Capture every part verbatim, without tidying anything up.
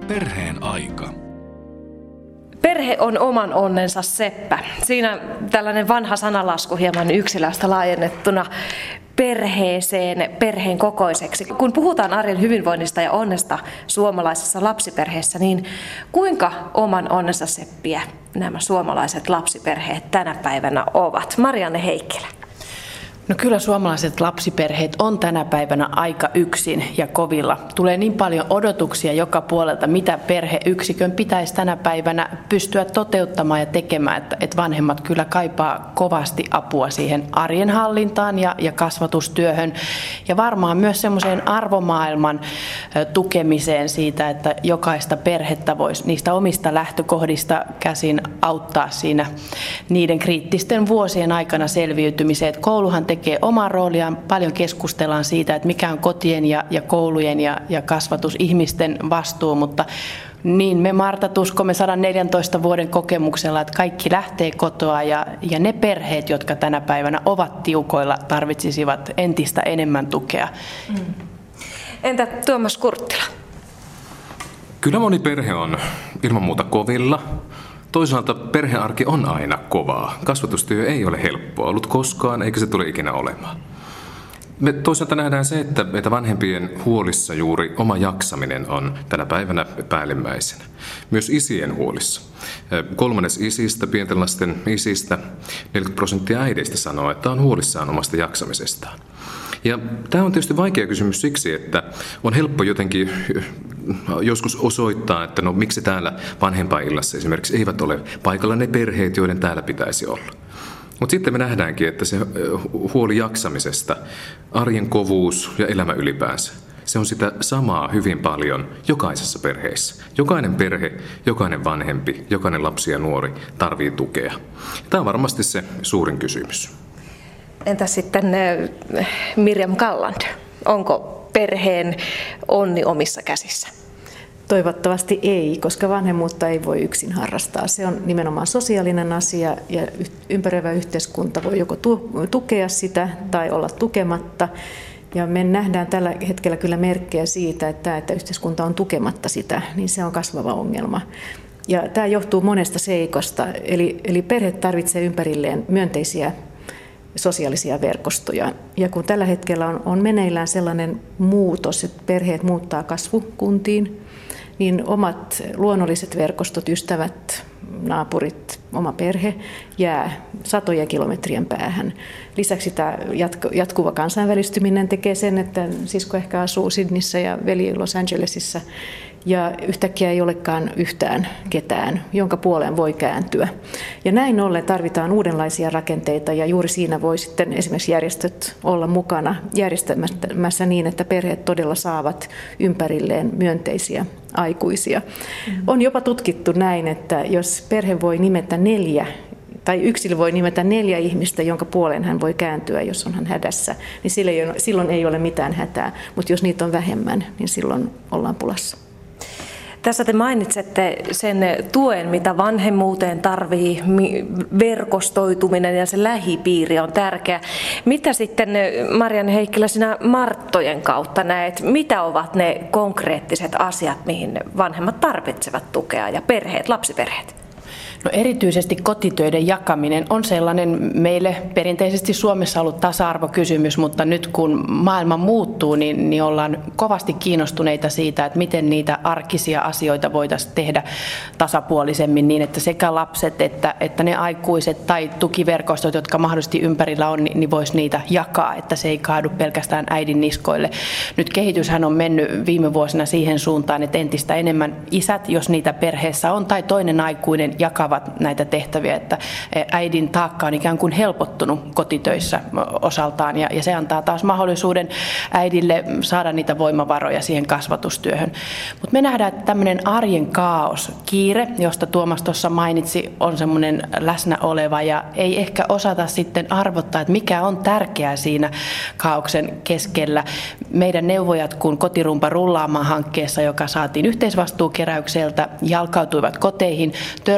Perheen aika. Perhe on oman onnensa seppä. Siinä tällainen vanha sanalasku hieman yksilöstä laajennettuna perheeseen, perheen kokoiseksi. Kun puhutaan arjen hyvinvoinnista ja onnesta suomalaisessa lapsiperheessä, niin kuinka oman onnensa seppiä nämä suomalaiset lapsiperheet tänä päivänä ovat? Marianne Heikkilä. No kyllä suomalaiset lapsiperheet on tänä päivänä aika yksin ja kovilla. Tulee niin paljon odotuksia joka puolelta, mitä perheyksikön pitäisi tänä päivänä pystyä toteuttamaan ja tekemään, että, että vanhemmat kyllä kaipaa kovasti apua siihen arjen hallintaan ja, ja kasvatustyöhön ja varmaan myös semmoiseen arvomaailman tukemiseen siitä, että jokaista perhettä voisi niistä omista lähtökohdista käsin auttaa siinä niiden kriittisten vuosien aikana selviytymiseen. Että kouluhan tekee omaa rooliaan. Paljon keskustellaan siitä, että mikä on kotien ja, ja koulujen ja, ja kasvatusihmisten vastuu, mutta niin me Martat uskomme sata neljätoista vuoden kokemuksella, että kaikki lähtee kotoa ja, ja ne perheet, jotka tänä päivänä ovat tiukoilla, tarvitsisivat entistä enemmän tukea. Mm. Entä Tuomas Kurttila? Kyllä moni perhe on ilman muuta kovilla. Toisaalta perhearki on aina kovaa. Kasvatustyö ei ole helppoa ollut koskaan, eikä se tule ikinä olemaan. Me toisaalta nähdään se, että, että vanhempien huolissa juuri oma jaksaminen on tänä päivänä päällimmäisenä. Myös isien huolissa. Kolmannes isistä, pienten lasten isistä, neljäkymmentä prosenttia äideistä sanoo, että on huolissaan omasta jaksamisestaan. Ja tämä on tietysti vaikea kysymys siksi, että on helppo jotenkin joskus osoittaa, että no miksi täällä vanhempainillassa esimerkiksi eivät ole paikalla ne perheet, joiden täällä pitäisi olla. Mutta sitten me nähdäänkin, että se huoli jaksamisesta, arjen kovuus ja elämä ylipäänsä, se on sitä samaa hyvin paljon jokaisessa perheessä. Jokainen perhe, jokainen vanhempi, jokainen lapsi ja nuori tarvitsee tukea. Tämä on varmasti se suurin kysymys. Entä sitten Mirjam Galland? Onko perheen onni omissa käsissä? Toivottavasti ei, koska vanhemmuutta ei voi yksin harrastaa. Se on nimenomaan sosiaalinen asia ja ympäröivä yhteiskunta voi joko tukea sitä tai olla tukematta. Ja me nähdään tällä hetkellä kyllä merkkejä siitä, että, että yhteiskunta on tukematta sitä, niin se on kasvava ongelma. Ja tämä johtuu monesta seikosta, eli, eli perhe tarvitsee ympärilleen myönteisiä sosiaalisia verkostoja. Ja kun tällä hetkellä on, on meneillään sellainen muutos, että perheet muuttaa kasvukuntiin, niin omat luonnolliset verkostot, ystävät, naapurit, oma perhe jää satojen kilometrien päähän. Lisäksi tämä jatkuva kansainvälistyminen tekee sen, että sisko ehkä asuu Sydneyssä ja veli Los Angelesissa ja yhtäkkiä ei olekaan yhtään ketään, jonka puoleen voi kääntyä. Ja näin ollen tarvitaan uudenlaisia rakenteita ja juuri siinä voi sitten esimerkiksi järjestöt olla mukana järjestämässä niin, että perheet todella saavat ympärilleen myönteisiä aikuisia. Mm-hmm. On jopa tutkittu näin, että jos perhe voi nimetä neljä tai yksilö voi nimetä neljä ihmistä, jonka puoleen hän voi kääntyä, jos on hän hädässä, niin silloin ei ole mitään hätää. Mutta jos niitä on vähemmän, niin silloin ollaan pulassa. Tässä te mainitsette sen tuen, mitä vanhemmuuteen tarvii, verkostoituminen ja se lähipiiri on tärkeä. Mitä sitten, Marianne Heikkilä, sinä Marttojen kautta näet, mitä ovat ne konkreettiset asiat, mihin vanhemmat tarvitsevat tukea ja perheet, lapsiperheet? No erityisesti kotitöiden jakaminen on sellainen meille perinteisesti Suomessa ollut tasa-arvokysymys, mutta nyt kun maailma muuttuu, niin, niin ollaan kovasti kiinnostuneita siitä, että miten niitä arkisia asioita voitaisiin tehdä tasapuolisemmin niin, että sekä lapset että, että ne aikuiset tai tukiverkostot, jotka mahdollisesti ympärillä on, niin, niin voisi niitä jakaa, että se ei kaadu pelkästään äidin niskoille. Nyt kehityshän on mennyt viime vuosina siihen suuntaan, että entistä enemmän isät, jos niitä perheessä on, tai toinen aikuinen jakaa näitä tehtäviä, että äidin taakka on ikään kuin helpottunut kotitöissä osaltaan ja, ja se antaa taas mahdollisuuden äidille saada niitä voimavaroja siihen kasvatustyöhön. Mutta me nähdään, että tämmöinen arjen kaos, kiire, josta Tuomas tuossa mainitsi, on semmoinen läsnä oleva ja ei ehkä osata sitten arvottaa, että mikä on tärkeää siinä kaaoksen keskellä. Meidän neuvojat, kun Kotirumpa rullaamaan hankkeessa, joka saatiin yhteisvastuukeräykseltä, jalkautuivat koteihin, törmäävät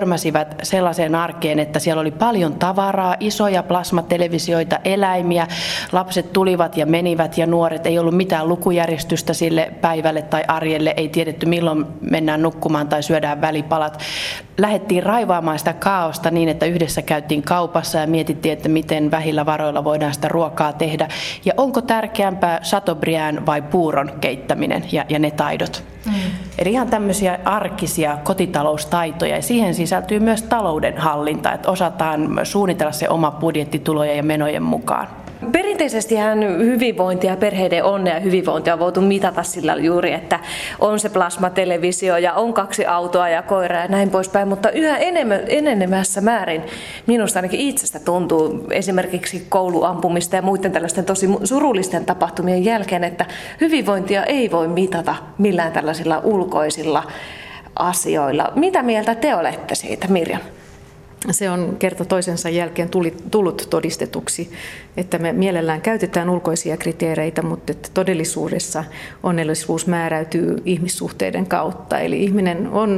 törmäsivät sellaiseen arkeen, että siellä oli paljon tavaraa, isoja plasmatelevisioita, eläimiä, lapset tulivat ja menivät ja nuoret, ei ollut mitään lukujärjestystä sille päivälle tai arjelle, ei tiedetty milloin mennään nukkumaan tai syödään välipalat. Lähdettiin raivaamaan sitä kaaosta niin, että yhdessä käytiin kaupassa ja mietittiin, että miten vähillä varoilla voidaan sitä ruokaa tehdä. Ja onko tärkeämpää Chateaubriand vai puuron keittäminen ja, ja ne taidot. Mm. Eli ihan tämmöisiä arkisia kotitaloustaitoja ja siihen sisältyy myös talouden hallinta, että osataan suunnitella se oma budjetti tulojen ja menojen mukaan. Perinteisestihän hyvinvointia ja perheiden onnea ja hyvinvointia on voitu mitata sillä juuri, että on se plasmatelevisio ja on kaksi autoa ja koira ja näin poispäin, mutta yhä enemmän, enenemässä määrin minusta ainakin itsestä tuntuu esimerkiksi kouluampumista ja muiden tällaisten tosi surullisten tapahtumien jälkeen, että hyvinvointia ei voi mitata millään tällaisilla ulkoisilla asioilla. Mitä mieltä te olette siitä, Mirjam? Se on kerta toisensa jälkeen tullut todistetuksi, että me mielellään käytetään ulkoisia kriteereitä, mutta että todellisuudessa onnellisuus määräytyy ihmissuhteiden kautta. Eli ihminen on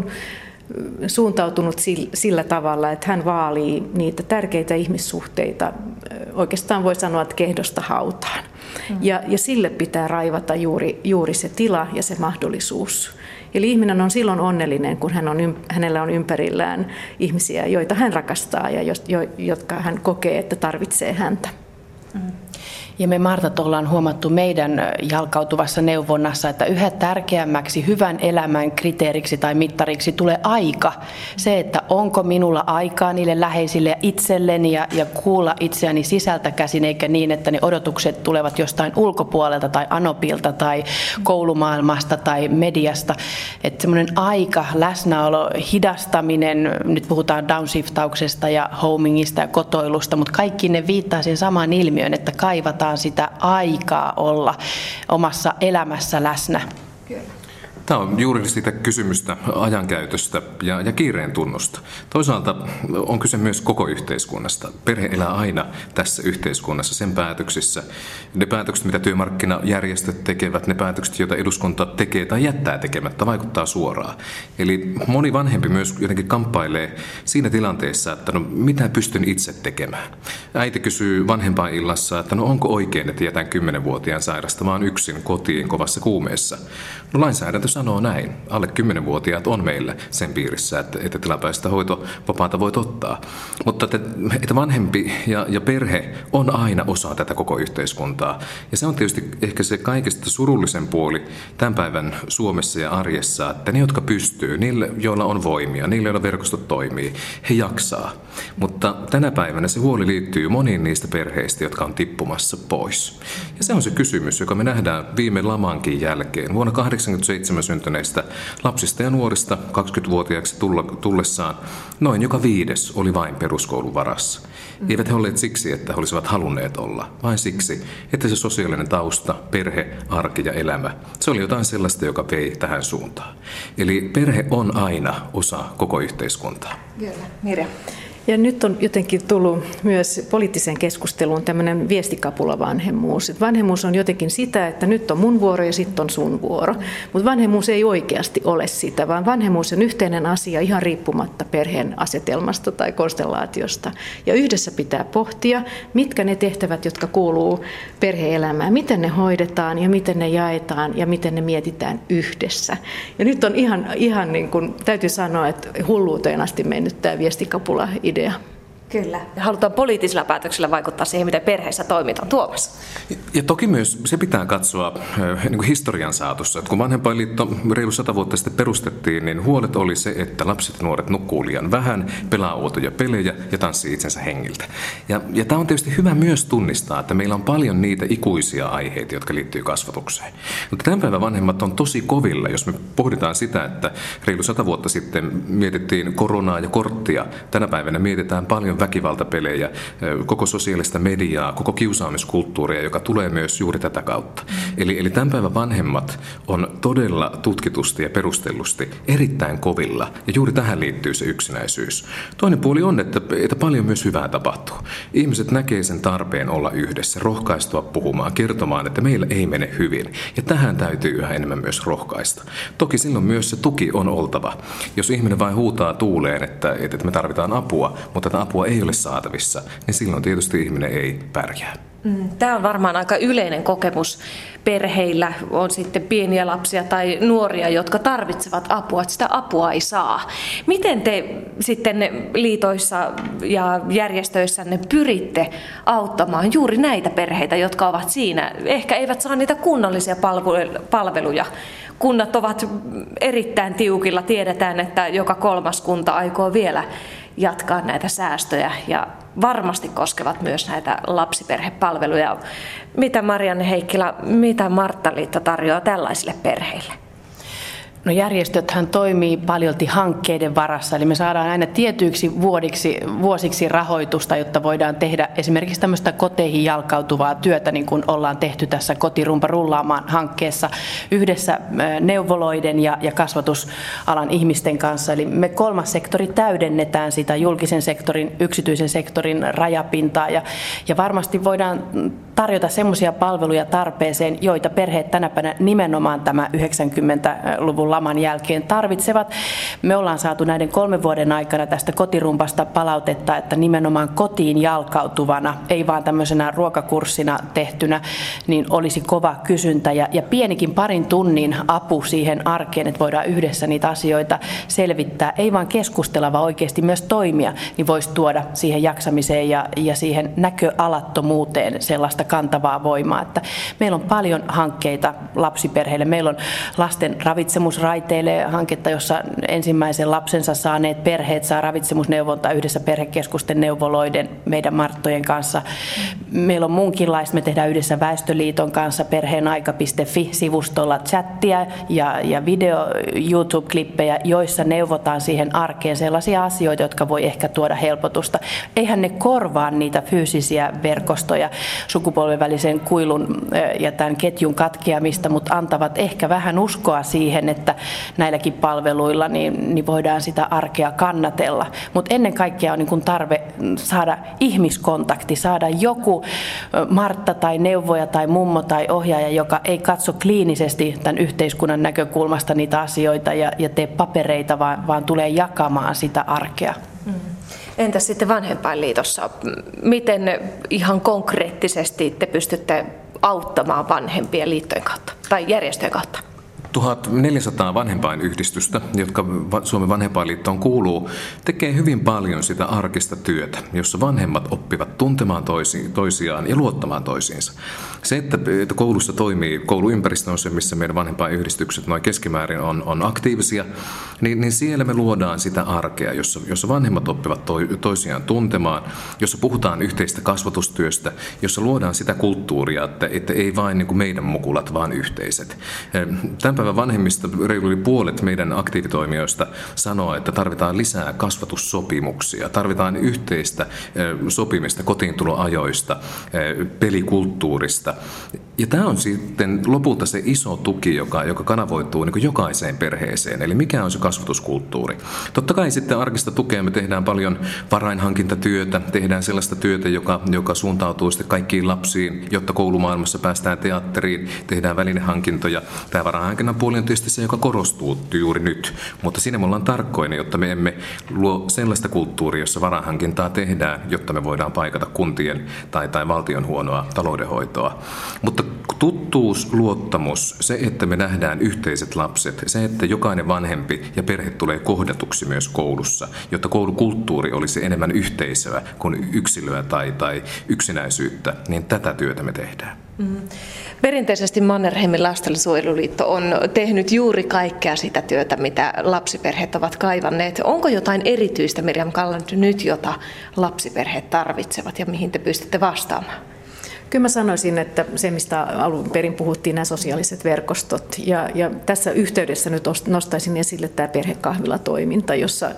suuntautunut sillä tavalla, että hän vaalii niitä tärkeitä ihmissuhteita, oikeastaan voi sanoa, että kehdosta hautaan. Mm. Ja, ja sille pitää raivata juuri, juuri se tila ja se mahdollisuus. Eli ihminen on silloin onnellinen, kun hän on, hänellä on ympärillään ihmisiä, joita hän rakastaa ja jo, jotka hän kokee, että tarvitsee häntä. Mm. Ja me Martat ollaan huomattu meidän jalkautuvassa neuvonnassa, että yhä tärkeämmäksi hyvän elämän kriteeriksi tai mittariksi tulee aika. Se, että onko minulla aikaa niille läheisille ja itselleni ja, ja kuulla itseäni sisältä käsin, eikä niin, että ne odotukset tulevat jostain ulkopuolelta tai anopilta tai koulumaailmasta tai mediasta. Että semmoinen aika, läsnäolo, hidastaminen, nyt puhutaan downshiftauksesta ja homingista ja kotoilusta, mutta kaikki ne viittaa siihen samaan ilmiöön, että kaivataan sitä aikaa olla omassa elämässä läsnä. Tämä on juuri sitä kysymystä ajankäytöstä ja, ja kiireen tunnosta. Toisaalta on kyse myös koko yhteiskunnasta. Perhe elää aina tässä yhteiskunnassa, sen päätöksissä. Ne päätökset, mitä työmarkkinajärjestöt tekevät, ne päätökset, joita eduskunta tekee tai jättää tekemättä, vaikuttaa suoraan. Eli moni vanhempi myös jotenkin kamppailee siinä tilanteessa, että no mitä pystyn itse tekemään. Äiti kysyy vanhempainillassa, että no onko oikein, että jätän kymmenvuotiaan sairastamaan yksin kotiin kovassa kuumeessa. No lainsäädäntö sanoo näin. Alle kymmenvuotiaat on meillä sen piirissä, että, että tilapäistä hoitovapaata voit ottaa. Mutta että, että vanhempi ja, ja perhe on aina osa tätä koko yhteiskuntaa. Ja se on tietysti ehkä se kaikista surullisen puoli tämän päivän Suomessa ja arjessa, että ne, jotka pystyy, niille, joilla on voimia, niille, joilla verkostot toimii, he jaksaa. Mutta tänä päivänä se huoli liittyy moniin niistä perheistä, jotka on tippumassa pois. Ja se on se kysymys, joka me nähdään viime lamankin jälkeen. Vuonna kahdeksankymmentäseitsemän syntyneistä lapsista ja nuorista kaksikymmentävuotiaaksi tullessaan noin joka viides oli vain peruskoulun varassa. Mm. Eivät he olleet siksi, että he olisivat halunneet olla, vain siksi, että se sosiaalinen tausta, perhe, arki ja elämä, se oli jotain sellaista, joka vei tähän suuntaan. Eli perhe on aina osa koko yhteiskuntaa. Kyllä, Mirjam. Ja nyt on jotenkin tullut myös poliittiseen keskusteluun tämmöinen viestikapulavanhemmuus. Että vanhemmuus on jotenkin sitä, että nyt on mun vuoro ja sitten on sun vuoro. Mutta vanhemmuus ei oikeasti ole sitä, vaan vanhemmuus on yhteinen asia ihan riippumatta perheen asetelmasta tai konstellaatiosta. Ja yhdessä pitää pohtia, mitkä ne tehtävät, jotka kuuluu perhe-elämään, miten ne hoidetaan ja miten ne jaetaan ja miten ne mietitään yhdessä. Ja nyt on ihan, ihan niin kuin, täytyy sanoa, että hulluuteen asti mennyt tämä viestikapula-idea. Kyllä. Ja halutaan poliittisilla päätöksillä vaikuttaa siihen, miten perheessä toimitaan. Tuomas. Ja toki myös se pitää katsoa niin kuin historian saatossa. Että kun Vanhempainliitto reilu sata vuotta sitten perustettiin, niin huolet oli se, että lapset ja nuoret nukkuu liian vähän, pelaa outoja pelejä ja tanssii itsensä hengiltä. Ja, ja tämä on tietysti hyvä myös tunnistaa, että meillä on paljon niitä ikuisia aiheita, jotka liittyy kasvatukseen. Mutta tämän päivän vanhemmat on tosi kovilla, jos me pohditaan sitä, että reilu sata vuotta sitten mietittiin koronaa ja korttia. Tänä päivänä mietitään paljon paljon väkivaltapelejä, koko sosiaalista mediaa, koko kiusaamiskulttuuria, joka tulee myös juuri tätä kautta. Mm. Eli, eli tämän päivän vanhemmat on todella tutkitusti ja perustellusti erittäin kovilla, ja juuri tähän liittyy se yksinäisyys. Toinen puoli on, että, että paljon myös hyvää tapahtuu. Ihmiset näkee sen tarpeen olla yhdessä, rohkaistua puhumaan, kertomaan, että meillä ei mene hyvin, ja tähän täytyy yhä enemmän myös rohkaista. Toki silloin myös se tuki on oltava. Jos ihminen vain huutaa tuuleen, että, että me tarvitaan apua, mutta tätä apua ei ole saatavissa, niin silloin tietysti ihminen ei pärjää. Tämä on varmaan aika yleinen kokemus perheillä, on sitten pieniä lapsia tai nuoria, jotka tarvitsevat apua, että sitä apua ei saa. Miten te sitten liitoissa ja järjestöissänne pyritte auttamaan juuri näitä perheitä, jotka ovat siinä, ehkä eivät saa niitä kunnallisia palveluja? Kunnat ovat erittäin tiukilla, tiedetään, että joka kolmas kunta aikoo vielä jatkaa näitä säästöjä ja varmasti koskevat myös näitä lapsiperhepalveluja. Mitä Marianne Heikkilä, mitä Marttaliitto tarjoaa tällaisille perheille? No järjestöthän toimii paljolti hankkeiden varassa, eli me saadaan aina tietyiksi vuodiksi, vuosiksi rahoitusta, jotta voidaan tehdä esimerkiksi tämmöistä koteihin jalkautuvaa työtä, niin kuin ollaan tehty tässä Kotirumpa rullaamaan hankkeessa yhdessä neuvoloiden ja, ja kasvatusalan ihmisten kanssa. Eli me kolmas sektori täydennetään sitä julkisen sektorin, yksityisen sektorin rajapintaa ja, ja varmasti voidaan tarjota semmoisia palveluja tarpeeseen, joita perheet tänä päivänä nimenomaan tämä yhdeksänkymmentäluvun laman jälkeen tarvitsevat. Me ollaan saatu näiden kolmen vuoden aikana tästä Kotirumpasta palautetta, että nimenomaan kotiin jalkautuvana, ei vaan tämmöisenä ruokakurssina tehtynä, niin olisi kova kysyntä ja, ja pienikin parin tunnin apu siihen arkeen, että voidaan yhdessä niitä asioita selvittää, ei vaan keskustella, vaan oikeasti myös toimia, niin voisi tuoda siihen jaksamiseen ja, ja siihen näköalattomuuteen sellaista kantavaa voimaa. Että meillä on paljon hankkeita lapsiperheille. Meillä on lasten ravitsemusraiteille hanketta, jossa ensimmäisen lapsensa saaneet perheet saa ravitsemusneuvontaa yhdessä perhekeskusten neuvoloiden meidän Marttojen kanssa. Meillä on muunkinlaista. Me tehdään yhdessä Väestöliiton kanssa perheenaika piste fi-sivustolla chattia ja, ja video YouTube-klippejä, joissa neuvotaan siihen arkeen sellaisia asioita, jotka voi ehkä tuoda helpotusta. Eihän ne korvaa niitä fyysisiä verkostoja, sukupolven välisen kuilun ja tämän ketjun katkeamista, mutta antavat ehkä vähän uskoa siihen, että näilläkin palveluilla niin, niin voidaan sitä arkea kannatella. Mutta ennen kaikkea on niin kun tarve saada ihmiskontakti, saada joku Martta tai neuvoja tai mummo tai ohjaaja, joka ei katso kliinisesti tämän yhteiskunnan näkökulmasta niitä asioita ja, ja tee papereita, vaan, vaan tulee jakamaan sitä arkea. Mm. Entäs sitten Vanhempainliitossa, miten ihan konkreettisesti te pystytte auttamaan vanhempia liittojen kautta tai järjestöjen kautta? tuhatneljäsataa vanhempainyhdistystä, jotka Suomen Vanhempainliittoon kuuluu, tekee hyvin paljon sitä arkista työtä, jossa vanhemmat oppivat tuntemaan toisi, toisiaan ja luottamaan toisiinsa. Se, että koulussa toimii, kouluympäristö on se, missä meidän vanhempainyhdistykset noin keskimäärin on, on aktiivisia, niin, niin siellä me luodaan sitä arkea, jossa, jossa vanhemmat oppivat to, toisiaan tuntemaan, jossa puhutaan yhteistä kasvatustyöstä, jossa luodaan sitä kulttuuria, että, että ei vain niin kuin meidän mukulat, vaan yhteiset. Tämän päivän vanhemmista reilu yli puolet meidän aktiivitoimijoista sanoo, että tarvitaan lisää kasvatussopimuksia, tarvitaan yhteistä sopimista kotiintuloajoista, pelikulttuurista. Ja tämä on sitten lopulta se iso tuki, joka, joka kanavoituu niin kuin jokaiseen perheeseen. Eli mikä on se kasvatuskulttuuri? Totta kai sitten arkista tukea me tehdään paljon varainhankintatyötä, tehdään sellaista työtä, joka, joka suuntautuu sitten kaikkiin lapsiin, jotta koulumaailmassa päästään teatteriin, tehdään välinehankintoja. Tämä varainhankinnan puoli on tietysti se, joka korostuu juuri nyt, mutta siinä me ollaan tarkkoina, jotta me emme luo sellaista kulttuuria, jossa varainhankintaa tehdään, jotta me voidaan paikata kuntien tai, tai valtion huonoa taloudenhoitoa. Mutta tuttuus, luottamus, se, että me nähdään yhteiset lapset, se, että jokainen vanhempi ja perhe tulee kohdatuksi myös koulussa, jotta koulukulttuuri olisi enemmän yhteisöä kuin yksilöä tai, tai yksinäisyyttä, niin tätä työtä me tehdään. Mm. Perinteisesti Mannerheimin lastensuojeluliitto on tehnyt juuri kaikkea sitä työtä, mitä lapsiperheet ovat kaivanneet. Onko jotain erityistä, Mirjam Kalland, nyt, jota lapsiperheet tarvitsevat ja mihin te pystytte vastaamaan? Kyllä mä sanoisin, että se, mistä alun perin puhuttiin, nämä sosiaaliset verkostot. Ja, ja tässä yhteydessä nyt nostaisin esille tämä perhekahvilatoiminta, jossa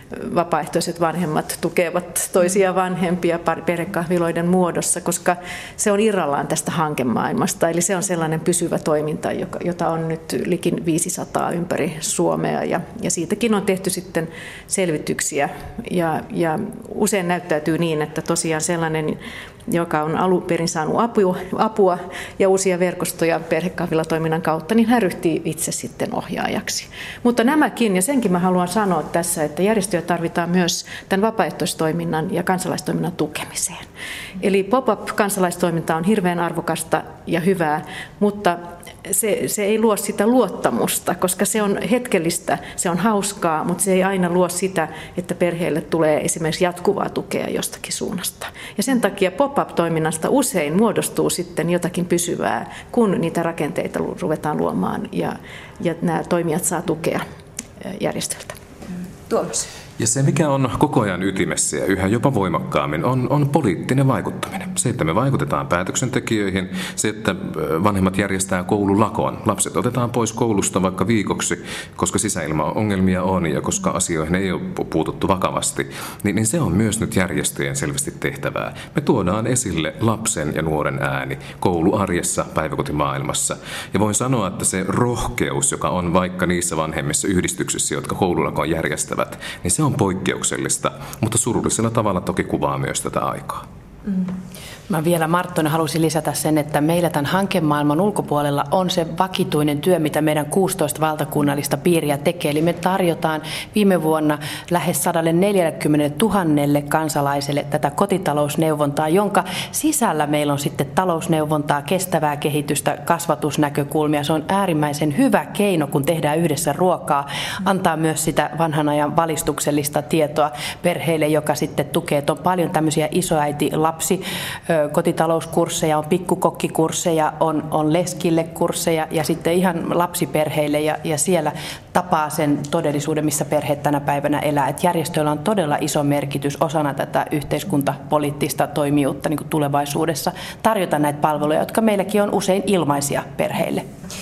vapaaehtoiset vanhemmat tukevat toisia vanhempia perhekahviloiden muodossa, koska se on irrallaan tästä hankemaailmasta. Eli se on sellainen pysyvä toiminta, jota on nyt likin viisisataa ympäri Suomea, ja, ja siitäkin on tehty sitten selvityksiä. Ja, ja usein näyttäytyy niin, että tosiaan sellainen, joka on alun perin saanut apua, apua ja uusia verkostoja perhekahvilatoiminnan kautta, niin hän ryhtyy itse sitten ohjaajaksi. Mutta nämäkin, ja senkin mä haluan sanoa tässä, että järjestöjä tarvitaan myös tämän vapaaehtoistoiminnan ja kansalaistoiminnan tukemiseen. Eli pop-up-kansalaistoiminta on hirveän arvokasta ja hyvää, mutta se, se ei luo sitä luottamusta, koska se on hetkellistä, se on hauskaa, mutta se ei aina luo sitä, että perheelle tulee esimerkiksi jatkuvaa tukea jostakin suunnasta. Ja sen takia pop-up-toiminnasta usein muodostuu sitten jotakin pysyvää, kun niitä rakenteita ruvetaan luomaan ja, ja nämä toimijat saa tukea järjestöltä. Tuomas. Ja se, mikä on koko ajan ytimessä ja yhä jopa voimakkaammin, on, on poliittinen vaikuttaminen. Se, että me vaikutetaan päätöksentekijöihin, se, että vanhemmat järjestää koululakon. Lapset otetaan pois koulusta vaikka viikoksi, koska sisäilmaongelmia on ja koska asioihin ei ole puututtu vakavasti, niin, niin se on myös nyt järjestöjen selvästi tehtävää. Me tuodaan esille lapsen ja nuoren ääni kouluarjessa, päiväkotimaailmassa. Ja voin sanoa, että se rohkeus, joka on vaikka niissä vanhemmissa yhdistyksissä, jotka koululakon järjestävät, niin se on poikkeuksellista, mutta surullisella tavalla toki kuvaa myös tätä aikaa. Mm. Mä vielä Marttona halusin lisätä sen, että meillä tämän hankemaailman ulkopuolella on se vakituinen työ, mitä meidän kuusitoista valtakunnallista piiriä tekee. Eli me tarjotaan viime vuonna lähes sata neljäkymmentätuhatta kansalaiselle tätä kotitalousneuvontaa, jonka sisällä meillä on sitten talousneuvontaa, kestävää kehitystä, kasvatusnäkökulmia. Se on äärimmäisen hyvä keino, kun tehdään yhdessä ruokaa, antaa myös sitä vanhan ajan valistuksellista tietoa perheille, joka sitten tukee. On paljon tämmöisiä isoäiti, lapsi, kotitalouskursseja, on pikkukokkikursseja, on, on leskille kursseja ja sitten ihan lapsiperheille ja, ja siellä tapaa sen todellisuuden, missä perheet tänä päivänä elää. Et järjestöillä on todella iso merkitys osana tätä yhteiskuntapoliittista toimijuutta niin kuin tulevaisuudessa tarjota näitä palveluja, jotka meilläkin on usein ilmaisia perheille.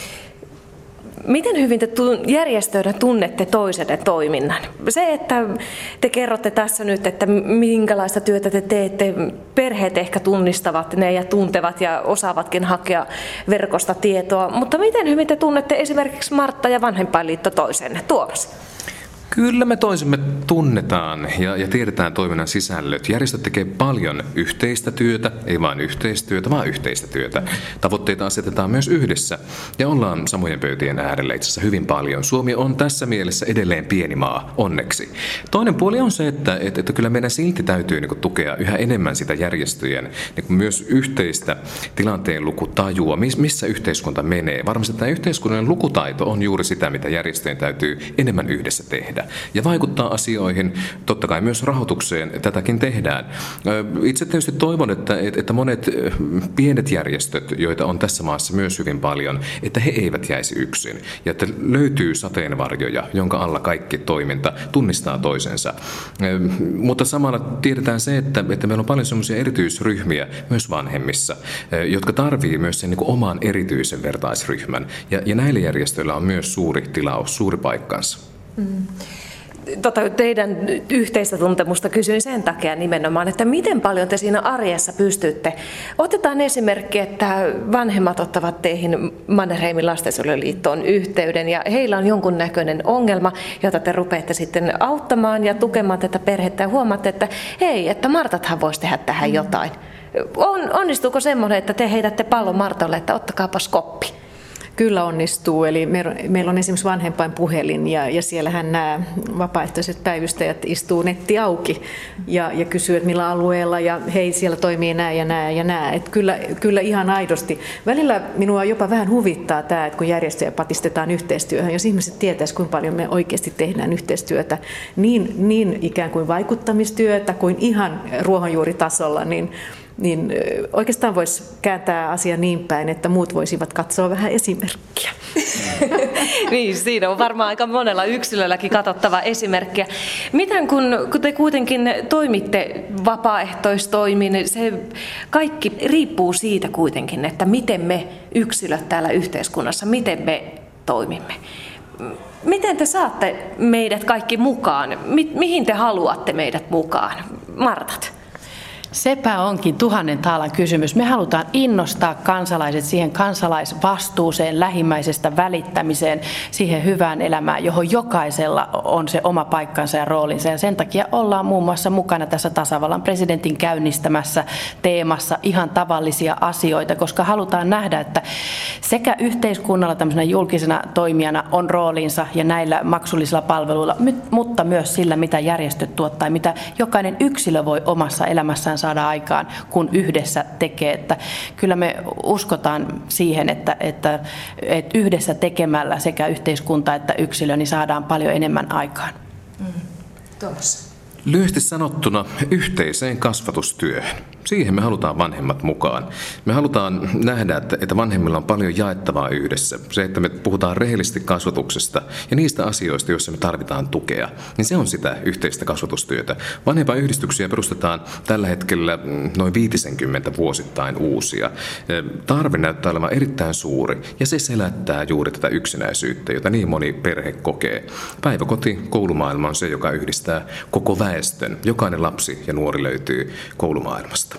Miten hyvin te järjestöinä tunnette toisenne toiminnan? Se, että te kerrotte tässä nyt, että minkälaista työtä te teette, perheet ehkä tunnistavat ne ja tuntevat ja osaavatkin hakea verkosta tietoa, mutta miten hyvin te tunnette esimerkiksi Martta ja Vanhempainliitto toisenne? Tuomas. Kyllä me toisemme tunnetaan ja, ja tiedetään toiminnan sisällöt. Järjestöt tekee paljon yhteistä työtä, ei vain yhteistyötä, vaan yhteistä työtä. Tavoitteita asetetaan myös yhdessä ja ollaan samojen pöytien äärellä itse asiassa hyvin paljon. Suomi on tässä mielessä edelleen pieni maa, onneksi. Toinen puoli on se, että, että, että kyllä meidän silti täytyy niin kuin, tukea yhä enemmän sitä järjestöjen niin kuin myös yhteistä tilanteen lukutajua, missä yhteiskunta menee. Varmasti tämä yhteiskunnan lukutaito on juuri sitä, mitä järjestöjen täytyy enemmän yhdessä tehdä. Ja vaikuttaa asioihin, totta kai myös rahoitukseen tätäkin tehdään. Itse tietysti toivon, että, että monet pienet järjestöt, joita on tässä maassa myös hyvin paljon, että he eivät jäisi yksin. Ja että löytyy sateenvarjoja, jonka alla kaikki toiminta tunnistaa toisensa. Mutta samalla tiedetään se, että, että meillä on paljon sellaisia erityisryhmiä myös vanhemmissa, jotka tarvii myös sen niin kuin oman erityisen vertaisryhmän. Ja, ja näillä järjestöillä on myös suuri tilaus, suuri paikkansa. Mm. Tota, teidän yhteistä tuntemusta kysyin sen takia nimenomaan, että miten paljon te siinä arjessa pystytte. Otetaan esimerkki, että vanhemmat ottavat teihin Mannerheimin lastensuojeluliittoon yhteyden ja heillä on jonkun näköinen ongelma, jota te rupeatte sitten auttamaan ja tukemaan tätä perhettä ja huomaatte, että hei, että Martathan voisi tehdä tähän jotain. On, onnistuuko semmoinen, että te heitätte pallon Martalle, että ottakaapas koppi? Kyllä onnistuu. Eli meillä on esimerkiksi vanhempainpuhelin ja, ja siellähän nämä vapaaehtoiset päivystäjät istuu netti auki ja, ja kysyy, että millä alueella ja hei, siellä toimii nämä ja nämä ja nämä. Että kyllä, kyllä ihan aidosti. Välillä minua jopa vähän huvittaa tämä, että kun järjestöjä patistetaan yhteistyöhön, jos ihmiset tietäisivät, kuinka paljon me oikeasti tehdään yhteistyötä, niin, niin ikään kuin vaikuttamistyötä kuin ihan ruohonjuuritasolla, niin niin oikeastaan voisi kääntää asia niin päin, että muut voisivat katsoa vähän esimerkkiä. Niin, siinä on varmaan aika monella yksilölläkin katsottava esimerkkiä. Miten kun, kun te kuitenkin toimitte vapaaehtoistoimin, niin se kaikki riippuu siitä kuitenkin, että miten me yksilöt täällä yhteiskunnassa, miten me toimimme. Miten te saatte meidät kaikki mukaan? Mi- mihin te haluatte meidät mukaan? Martat. Sepä onkin tuhannen taalan kysymys. Me halutaan innostaa kansalaiset siihen kansalaisvastuuseen, lähimmäisestä välittämiseen, siihen hyvään elämään, johon jokaisella on se oma paikkansa ja roolinsa. Ja sen takia ollaan muun muassa mukana tässä tasavallan presidentin käynnistämässä teemassa ihan tavallisia asioita, koska halutaan nähdä, että sekä yhteiskunnalla tämmöisenä julkisena toimijana on roolinsa ja näillä maksullisilla palveluilla, mutta myös sillä, mitä järjestöt tuottaa, mitä jokainen yksilö voi omassa elämässään saada aikaan, kun yhdessä tekee. Että kyllä me uskotaan siihen, että, että, että yhdessä tekemällä sekä yhteiskunta että yksilö, niin saadaan paljon enemmän aikaan. Mm. Tuossa. Lyhyesti sanottuna yhteiseen kasvatustyöhön. Siihen me halutaan vanhemmat mukaan. Me halutaan nähdä, että, että vanhemmilla on paljon jaettavaa yhdessä. Se, että me puhutaan rehellisesti kasvatuksesta ja niistä asioista, joissa me tarvitaan tukea, niin se on sitä yhteistä kasvatustyötä. Vanhempainyhdistyksiä perustetaan tällä hetkellä noin viisikymmentä vuosittain uusia. Tarve näyttää olevan erittäin suuri ja se selättää juuri tätä yksinäisyyttä, jota niin moni perhe kokee. Päiväkoti, koulumaailma on se, joka yhdistää koko väestön. Jokainen lapsi ja nuori löytyy koulumaailmasta.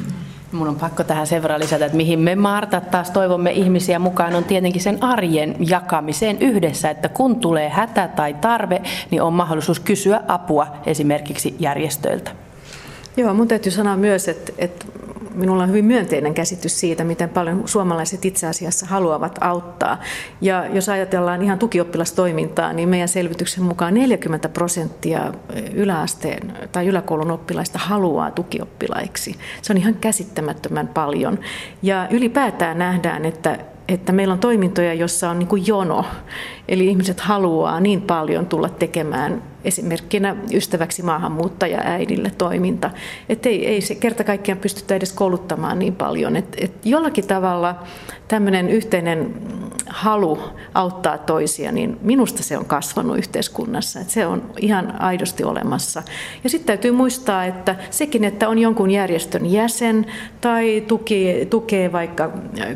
Mun on pakko tähän sen verran lisätä, että mihin me Martat taas toivomme ihmisiä mukaan on tietenkin sen arjen jakamiseen yhdessä, että kun tulee hätä tai tarve, niin on mahdollisuus kysyä apua esimerkiksi järjestöiltä. Joo, mun täytyy sanoa myös, että, että minulla on hyvin myönteinen käsitys siitä, miten paljon suomalaiset itse asiassa haluavat auttaa. Ja jos ajatellaan ihan tukioppilastoimintaa, niin meidän selvityksen mukaan neljäkymmentä prosenttia yläasteen tai yläkoulun oppilaista haluaa tukioppilaiksi. Se on ihan käsittämättömän paljon. Ja ylipäätään nähdään, että että meillä on toimintoja, jossa on niin kuin jono, eli ihmiset haluaa niin paljon tulla tekemään esimerkkinä ystäväksi maahanmuuttaja-äidille toiminta, että ei, ei se kerta kaikkiaan pystytä edes kouluttamaan niin paljon. Että et jollakin tavalla tämmöinen yhteinen halu auttaa toisia, niin minusta se on kasvanut yhteiskunnassa, että se on ihan aidosti olemassa. Ja sitten täytyy muistaa, että sekin, että on jonkun järjestön jäsen tai tuki, tukee vaikka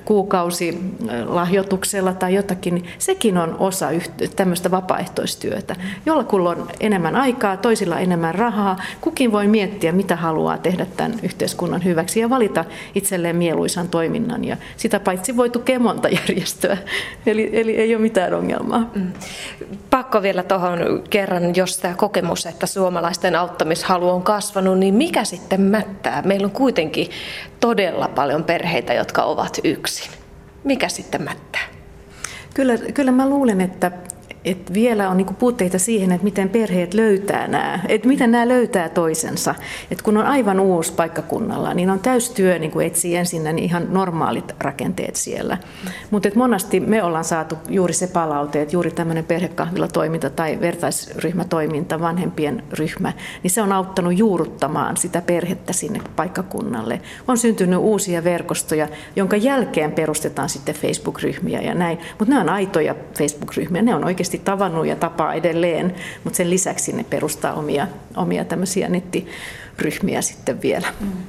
kuukausilahjoituksella tai jotakin, niin sekin on osa tämmöistä vapaaehtoistyötä. Jollakulla on enemmän aikaa, toisilla enemmän rahaa. Kukin voi miettiä, mitä haluaa tehdä tämän yhteiskunnan hyväksi ja valita itselleen mieluisan toiminnan. Ja sitä paitsi voi tukea monta järjestöä. Eli, eli ei ole mitään ongelmaa. Mm. Pakko vielä tuohon kerran, jos tämä kokemus, että suomalaisten auttamishalu on kasvanut, niin mikä sitten mättää? Meillä on kuitenkin todella paljon perheitä, jotka ovat yksin. Mikä sitten mättää? Kyllä, kyllä mä luulen, että että vielä on niinku puutteita siihen, että miten perheet löytää nämä, että miten nämä löytää toisensa. Että kun on aivan uusi paikkakunnalla, niin on täystyö niin etsiä ensin niin ihan normaalit rakenteet siellä. Mutta monasti me ollaan saatu juuri se palaute, että juuri tämmöinen perhekahvilatoiminta tai vertaisryhmätoiminta, vanhempien ryhmä, niin se on auttanut juuruttamaan sitä perhettä sinne paikkakunnalle. On syntynyt uusia verkostoja, jonka jälkeen perustetaan sitten Facebook-ryhmiä ja näin. Mutta ne on aitoja Facebook-ryhmiä, ne on oikeasti tavannut ja tapaa edelleen, mutta sen lisäksi ne perustaa omia, omia tämmöisiä nettiryhmiä sitten vielä.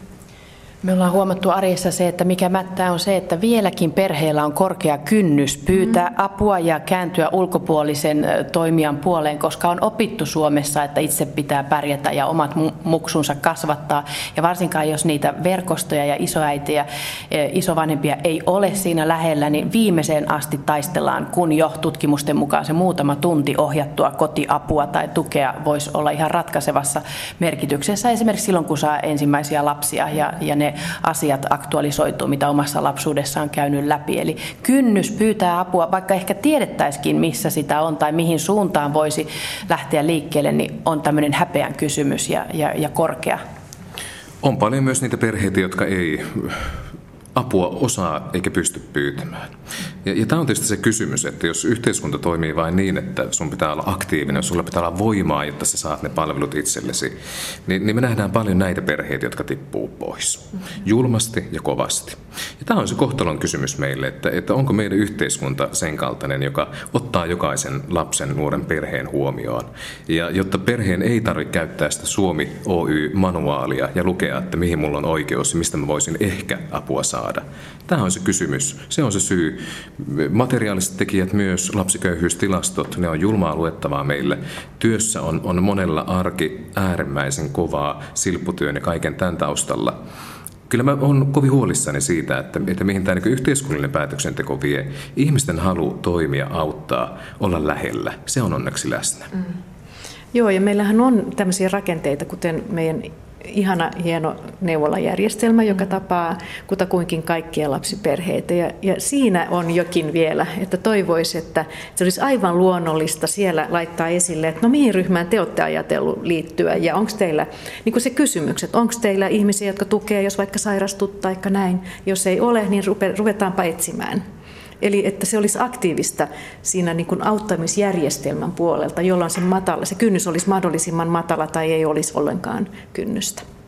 Me ollaan huomattu arjessa se, että mikä mättää on se, että vieläkin perheellä on korkea kynnys pyytää mm. apua ja kääntyä ulkopuolisen toimijan puoleen, koska on opittu Suomessa, että itse pitää pärjätä ja omat muksunsa kasvattaa. Ja varsinkaan jos niitä verkostoja ja isoäitejä, isovanhempia ei ole siinä lähellä, niin viimeiseen asti taistellaan, kun jo tutkimusten mukaan se muutama tunti ohjattua kotiapua tai tukea voisi olla ihan ratkaisevassa merkityksessä. Esimerkiksi silloin, kun saa ensimmäisiä lapsia ja, ja ne asiat aktualisoituu, mitä omassa lapsuudessa on käynyt läpi. Eli kynnys pyytää apua, vaikka ehkä tiedettäisikin, missä sitä on tai mihin suuntaan voisi lähteä liikkeelle, niin on tämmöinen häpeän kysymys ja, ja, ja korkea. On paljon myös niitä perheitä, jotka ei apua osaa eikä pysty pyytämään. Ja, ja tämä on tietysti se kysymys, että jos yhteiskunta toimii vain niin, että sun pitää olla aktiivinen, sulla pitää olla voimaa, jotta sä saat ne palvelut itsellesi, niin, niin me nähdään paljon näitä perheitä, jotka tippuu pois. Julmasti ja kovasti. Ja tämä on se kohtalon kysymys meille, että, että onko meidän yhteiskunta sen kaltainen, joka ottaa jokaisen lapsen, nuoren perheen huomioon. Ja jotta perheen ei tarvitse käyttää sitä Suomi Oy-manuaalia ja lukea, että mihin mulla on oikeus ja mistä mä voisin ehkä apua saada. Tämä on se kysymys, se on se syy, Materiaaliset tekijät myös, lapsiköyhyystilastot, ne on julmaa luettavaa meille. Työssä on, on monella arki äärimmäisen kovaa, silpputyön ja kaiken tämän taustalla. Kyllä mä oon kovin huolissani siitä, että, että mihin tämä niin yhteiskunnallinen päätöksenteko vie. Ihmisten halu toimia, auttaa, olla lähellä, se on onneksi läsnä. Mm. Joo, ja meillähän on tämmöisiä rakenteita, kuten meidän ihana, hieno neuvolajärjestelmä, joka tapaa kutakuinkin kaikkia lapsiperheitä. Ja, ja siinä on jokin vielä, että toivoisi, että se olisi aivan luonnollista siellä laittaa esille, että no mihin ryhmään te olette ajatellut liittyä ja onko teillä, niin kuin se kysymykset, onko teillä ihmisiä, jotka tukee, jos vaikka sairastut tai näin. Jos ei ole, niin ruvetaanpa etsimään. Eli että se olisi aktiivista siinä niin kuin auttamisjärjestelmän puolelta, jolloin se, matala, se kynnys olisi mahdollisimman matala tai ei olisi ollenkaan kynnystä.